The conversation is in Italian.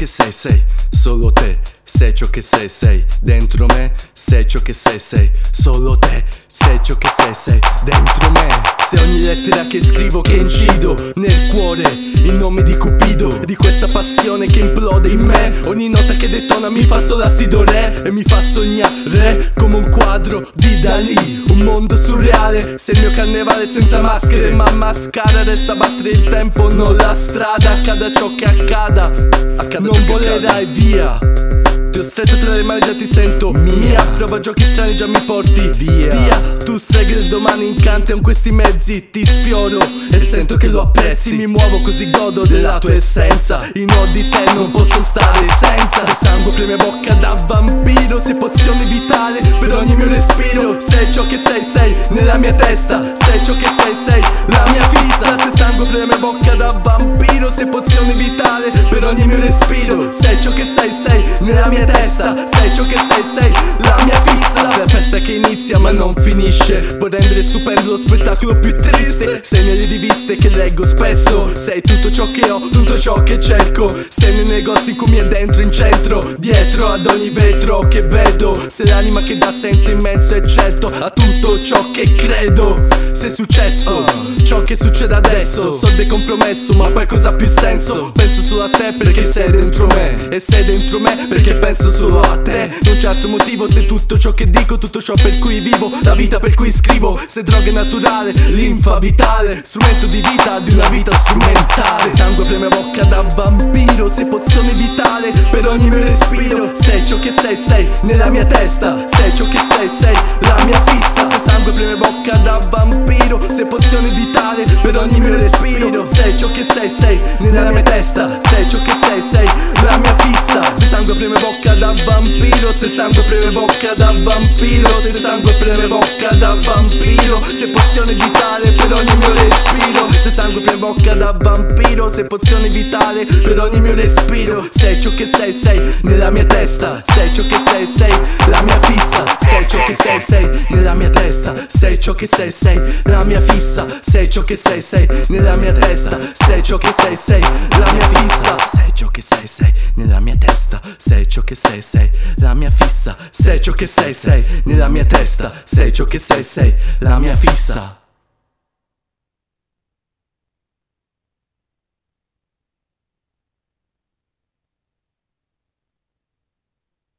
che sei, sei solo te. Sei ciò che sei dentro me. Sei ciò che sei solo te. Sei ciò che sei dentro me. Sei ogni lettera che scrivo, che incido nel cuore, il nome di Cupido, di questa passione che implode in me. Ogni nota che detona mi fa solo si do re e mi fa sognare come un quadro di Dalì, un mondo surreale. Sei il mio carnevale senza maschere, ma mascara resta a battere il tempo, non la strada. Accada ciò che accada, non volerai via. Ti ho stretto tra le mani, già ti sento mia. Prova giochi strani, già mi porti via. Tu streghe del domani incanti, con questi mezzi ti sfioro e sento che lo apprezzi. Mi muovo così godo della tua essenza. In ho di te non posso stare senza. Se sangue per mia bocca da vampiro, sei pozione vitale per ogni mio respiro. Sei ciò che sei nella mia testa. Sei ciò che sei la mia fissa. Se sangue per la mia bocca da vampiro, sei pozione vitale per ogni mio respiro. Sei ciò che sei nella mia testa. Sei ciò che sei la mia fissa. Sei la festa che inizia ma non finisce, puoi rendere stupendo lo spettacolo più triste. Sei nelle riviste che leggo spesso. Sei tutto ciò che ho, tutto ciò che cerco. Sei nei negozi in cui mi è dentro in centro, dietro ad ogni vetro che vedo. Sei l'anima che dà senso immenso e certo a tutto ciò che credo. Sei successo, ciò che succede adesso. So decompromesso ma poi cosa ha più senso? Penso solo a te perché sei dentro me, e sei dentro me perché penso solo a te. Non c'è altro motivo, sei tutto ciò che dico, tutto ciò per cui vivo, la vita per cui scrivo. Sei droga naturale, linfa vitale, strumento di vita di una vita strumentale. Sei sangue per la mia bocca da vampiro, sei pozione vitale per ogni mio respiro. Sei ciò che sei nella mia testa. Sei ciò che sei la mia fissa. Sei sangue per la mia bocca da vampiro, sei pozione vitale per ogni mio respiro. Sei ciò che sei nella mia testa. Sei ciò che sei la mia fissa. Sei sangue per la mia bocca da vampiro. Sei sangue per la mia bocca da vampiro. Sei sangue per la mia bocca da vampiro. Sei pozione vitale per ogni mio respiro. Sei sangue per la mia bocca da vampiro. Sei pozione vitale per ogni mio respiro. Sei ciò che sei nella mia testa. Sei ciò che sei la mia fissa. Sei ciò che sei nella mia testa. Sei ciò che sei la mia fissa. Sei ciò che sei nella mia testa. Sei ciò che sei la mia fissa. Sei ciò che sei nella mia testa. Sei ciò che sei la mia fissa. Sei ciò che sei nella mia testa. Sei ciò che sei la mia fissa.